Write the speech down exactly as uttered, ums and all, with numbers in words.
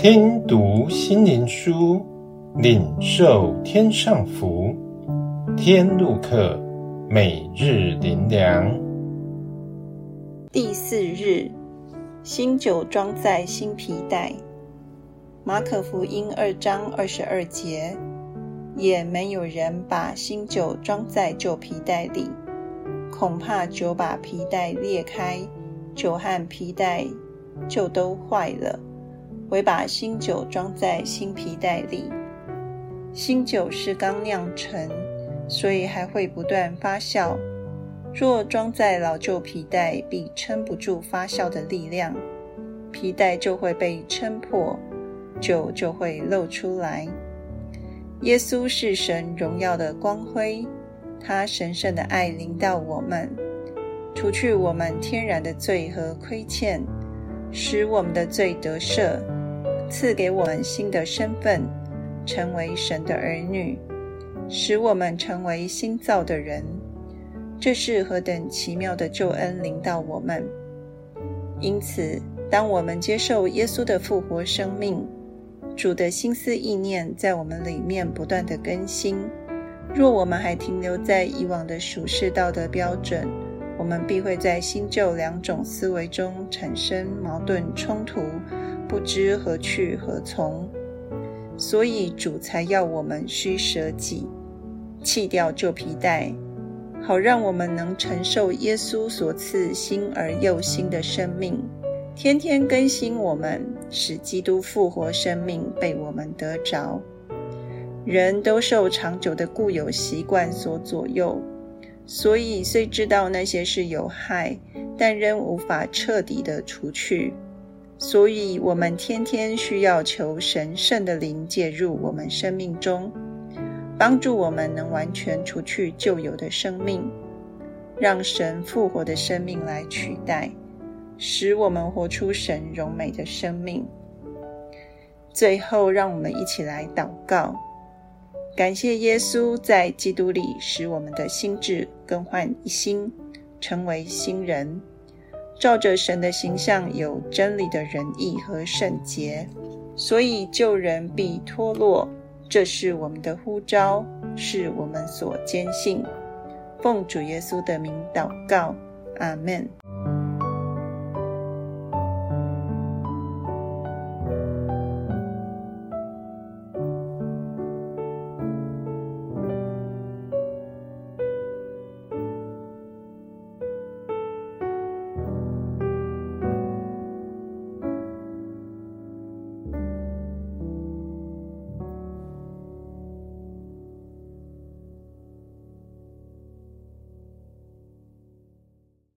听读心灵书，领受天上福。天路客，每日灵粮。 第四日，新酒装在新皮袋。马可福音二章二十二节，也没有人把新酒装在旧皮袋里，恐怕酒把皮袋裂开，酒和皮袋就都坏了，唯把新酒装在新皮袋里。新酒是刚酿成，所以还会不断发酵。若装在老旧皮袋，必撑不住发酵的力量，皮袋就会被撑破，酒就会漏出来。耶稣是神荣耀的光辉，他神圣的爱临到我们，除去我们天然的罪和亏欠，使我们的罪得赦，赐给我们新的身份，成为神的儿女，使我们成为新造的人。这是何等奇妙的救恩临到我们！因此，当我们接受耶稣的复活生命，主的心思意念在我们里面不断的更新。若我们还停留在以往的属世道德标准，我们必会在新旧两种思维中产生矛盾冲突，不知何去何从。所以主才要我们须舍己，弃掉旧皮袋，好让我们能承受耶稣所赐新而又新的生命，天天更新我们，使基督复活生命被我们得着。人都受长久的固有习惯所左右，所以虽知道那些是有害，但仍无法彻底的除去。所以我们天天需要求神圣的灵介入我们生命中，帮助我们能完全除去旧有的生命，让神复活的生命来取代，使我们活出神荣美的生命。最后，让我们一起来祷告，感谢耶稣在基督里使我们的心志更换一新，成为新人，照着神的形象有真理的仁义和圣洁，所以救人必脱落。这是我们的呼召，是我们所坚信。奉主耶稣的名祷告，阿们。